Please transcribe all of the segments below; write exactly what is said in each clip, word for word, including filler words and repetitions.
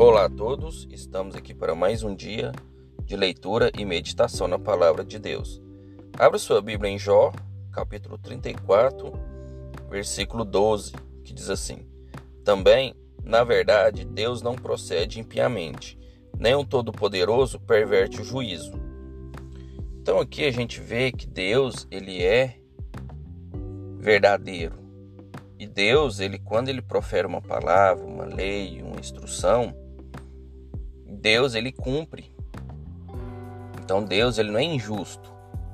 Olá a todos, estamos aqui para mais um dia de leitura e meditação na Palavra de Deus. Abra sua Bíblia em Jó, capítulo trinta e quatro, versículo doze, que diz assim: Também, na verdade, Deus não procede impiamente, nem o Todo-Poderoso perverte o juízo. Então aqui a gente vê que Deus, ele é verdadeiro. E Deus, ele, quando ele profere uma palavra, uma lei, uma instrução, Deus, ele cumpre. Então Deus, ele não é injusto.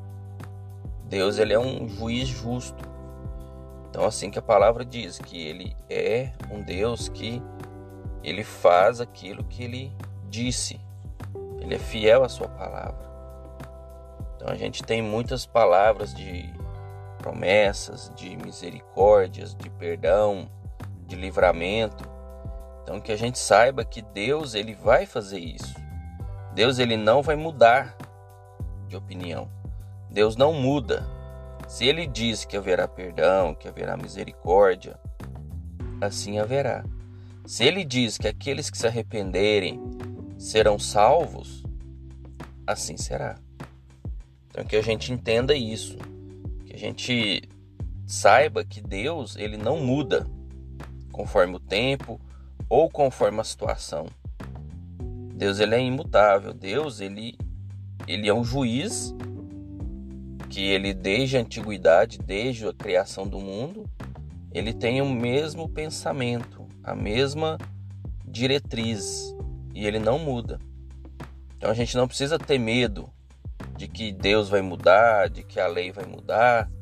Deus, ele é um juiz justo. Então assim que a palavra diz, que ele é um Deus que ele faz aquilo que ele disse. Ele é fiel à sua palavra. Então a gente tem muitas palavras de promessas, de misericórdias, de perdão, de livramento. Então que a gente saiba que Deus, ele vai fazer isso. Deus, ele não vai mudar de opinião. Deus não muda. Se ele diz que haverá perdão, que haverá misericórdia, assim haverá. Se ele diz que aqueles que se arrependerem serão salvos, assim será. Então que a gente entenda isso. Que a gente saiba que Deus, ele não muda conforme o tempo ou conforme a situação. Deus, ele é imutável. Deus, ele, ele é um juiz que ele, desde a antiguidade, desde a criação do mundo, ele tem o mesmo pensamento, a mesma diretriz, e ele não muda. Então a gente não precisa ter medo de que Deus vai mudar, de que a lei vai mudar.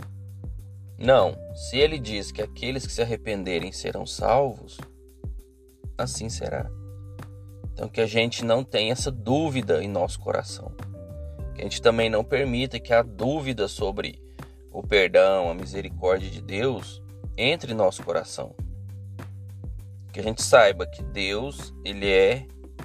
Não, se ele diz que aqueles que se arrependerem serão salvos, assim será. Então que a gente não tenha essa dúvida em nosso coração. Que a gente também não permita que a dúvida sobre o perdão, a misericórdia de Deus entre em nosso coração. Que a gente saiba que Deus, ele é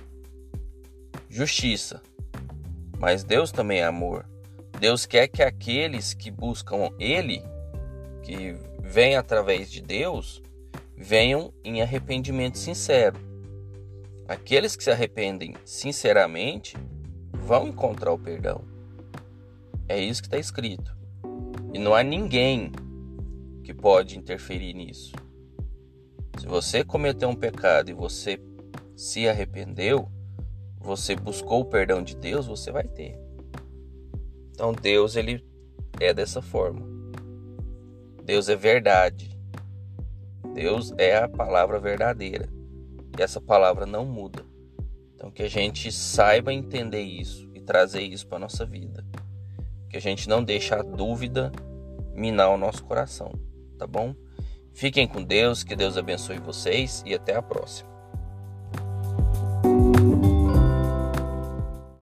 justiça. Mas Deus também é amor. Deus quer que aqueles que buscam Ele, que vêm através de Deus, venham em arrependimento sincero. Aqueles que se arrependem sinceramente vão encontrar o perdão. É isso que está escrito. E não há ninguém que pode interferir nisso. Se você cometeu um pecado e você se arrependeu, você buscou o perdão de Deus, você vai ter. Então Deus, ele é dessa forma. Deus é verdade. Deus é a palavra verdadeira. E essa palavra não muda. Então que a gente saiba entender isso e trazer isso para a nossa vida. Que a gente não deixe a dúvida minar o nosso coração. Tá bom? Fiquem com Deus, que Deus abençoe vocês e até a próxima.